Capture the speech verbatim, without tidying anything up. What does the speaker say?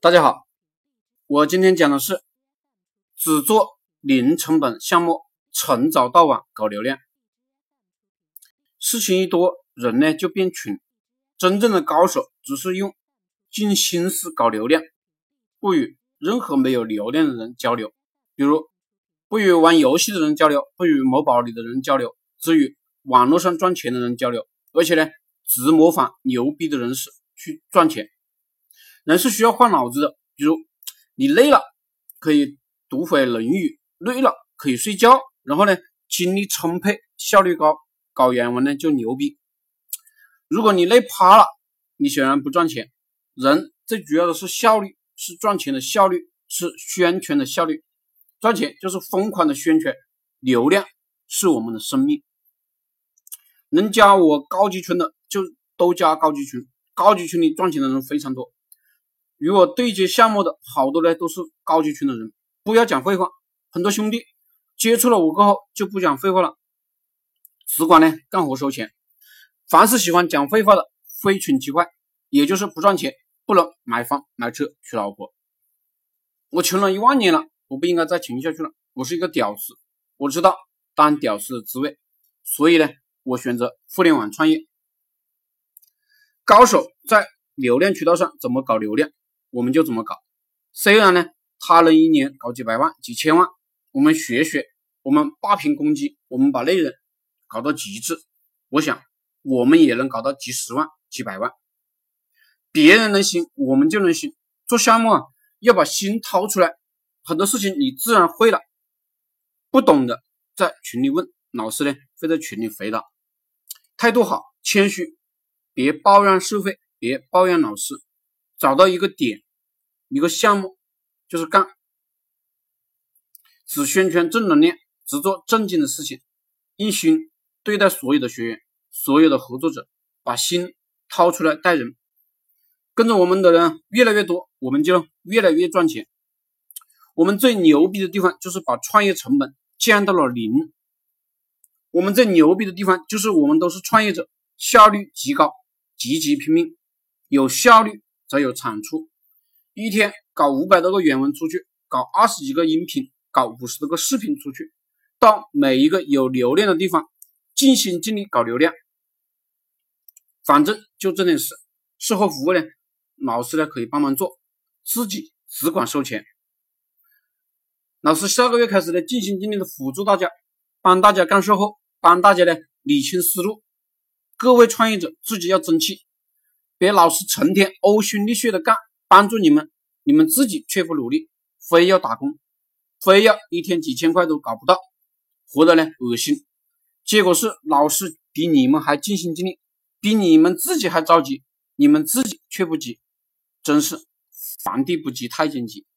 大家好，我今天讲的是只做零成本项目，从早到晚搞流量。事情一多，人呢就变蠢。真正的高手只是用尽心思搞流量，不与任何没有流量的人交流，比如不与玩游戏的人交流，不与某宝里的人交流，只与网络上赚钱的人交流，而且呢只模仿牛逼的人士去赚钱。人是需要换脑子的，比如你累了可以读会论语，累了可以睡觉，然后呢精力充沛，效率高，搞原文呢就牛逼。如果你累趴了，你显然不赚钱。人最主要的是效率，是赚钱的效率，是宣传的效率。赚钱就是疯狂的宣传，流量是我们的生命。能加我高级群的就都加高级群，高级群里赚钱的人非常多。与我对接项目的好多呢都是高级群的人。不要讲废话，很多兄弟接触了我过后就不讲废话了，只管呢干活收钱。凡是喜欢讲废话的，非蠢即坏，也就是不赚钱，不能买房买车娶老婆。我穷了一万年了，我不应该再穷下去了。我是一个屌丝，我知道当屌丝的滋味，所以呢我选择互联网创业。高手在流量渠道上怎么搞流量，我们就怎么搞。虽然呢他能一年搞几百万几千万，我们学学，我们霸屏攻击，我们把内容搞到极致，我想我们也能搞到几十万几百万。别人能行，我们就能行。做项目啊要把心掏出来，很多事情你自然会了，不懂的在群里问，老师呢会在群里回答。态度好，谦虚，别抱怨社会，别抱怨老师，找到一个点，一个项目就是干，只宣传正能量，只做正经的事情，用心对待所有的学员，所有的合作者，把心掏出来带人。跟着我们的人越来越多，我们就越来越赚钱。我们最牛逼的地方就是把创业成本降到了零。我们最牛逼的地方就是我们都是创业者，效率极高，积极拼命。有效率才有产出。一天搞五百多个原文出去，搞二十几个音频，搞五十多个视频出去，到每一个有流量的地方尽心尽力搞流量。反正就这件事，售后服务呢老师呢可以帮忙做，自己只管收钱。老师下个月开始呢尽心尽力的辅助大家，帮大家干售后，帮大家呢理清思路。各位创业者自己要争气，别老是成天呕心沥血的干，帮助你们，你们自己却不努力，非要打工，非要一天几千块都搞不到，活得呢恶心。结果是老师比你们还尽心尽力，比你们自己还着急，你们自己却不急，真是皇帝不急太监急。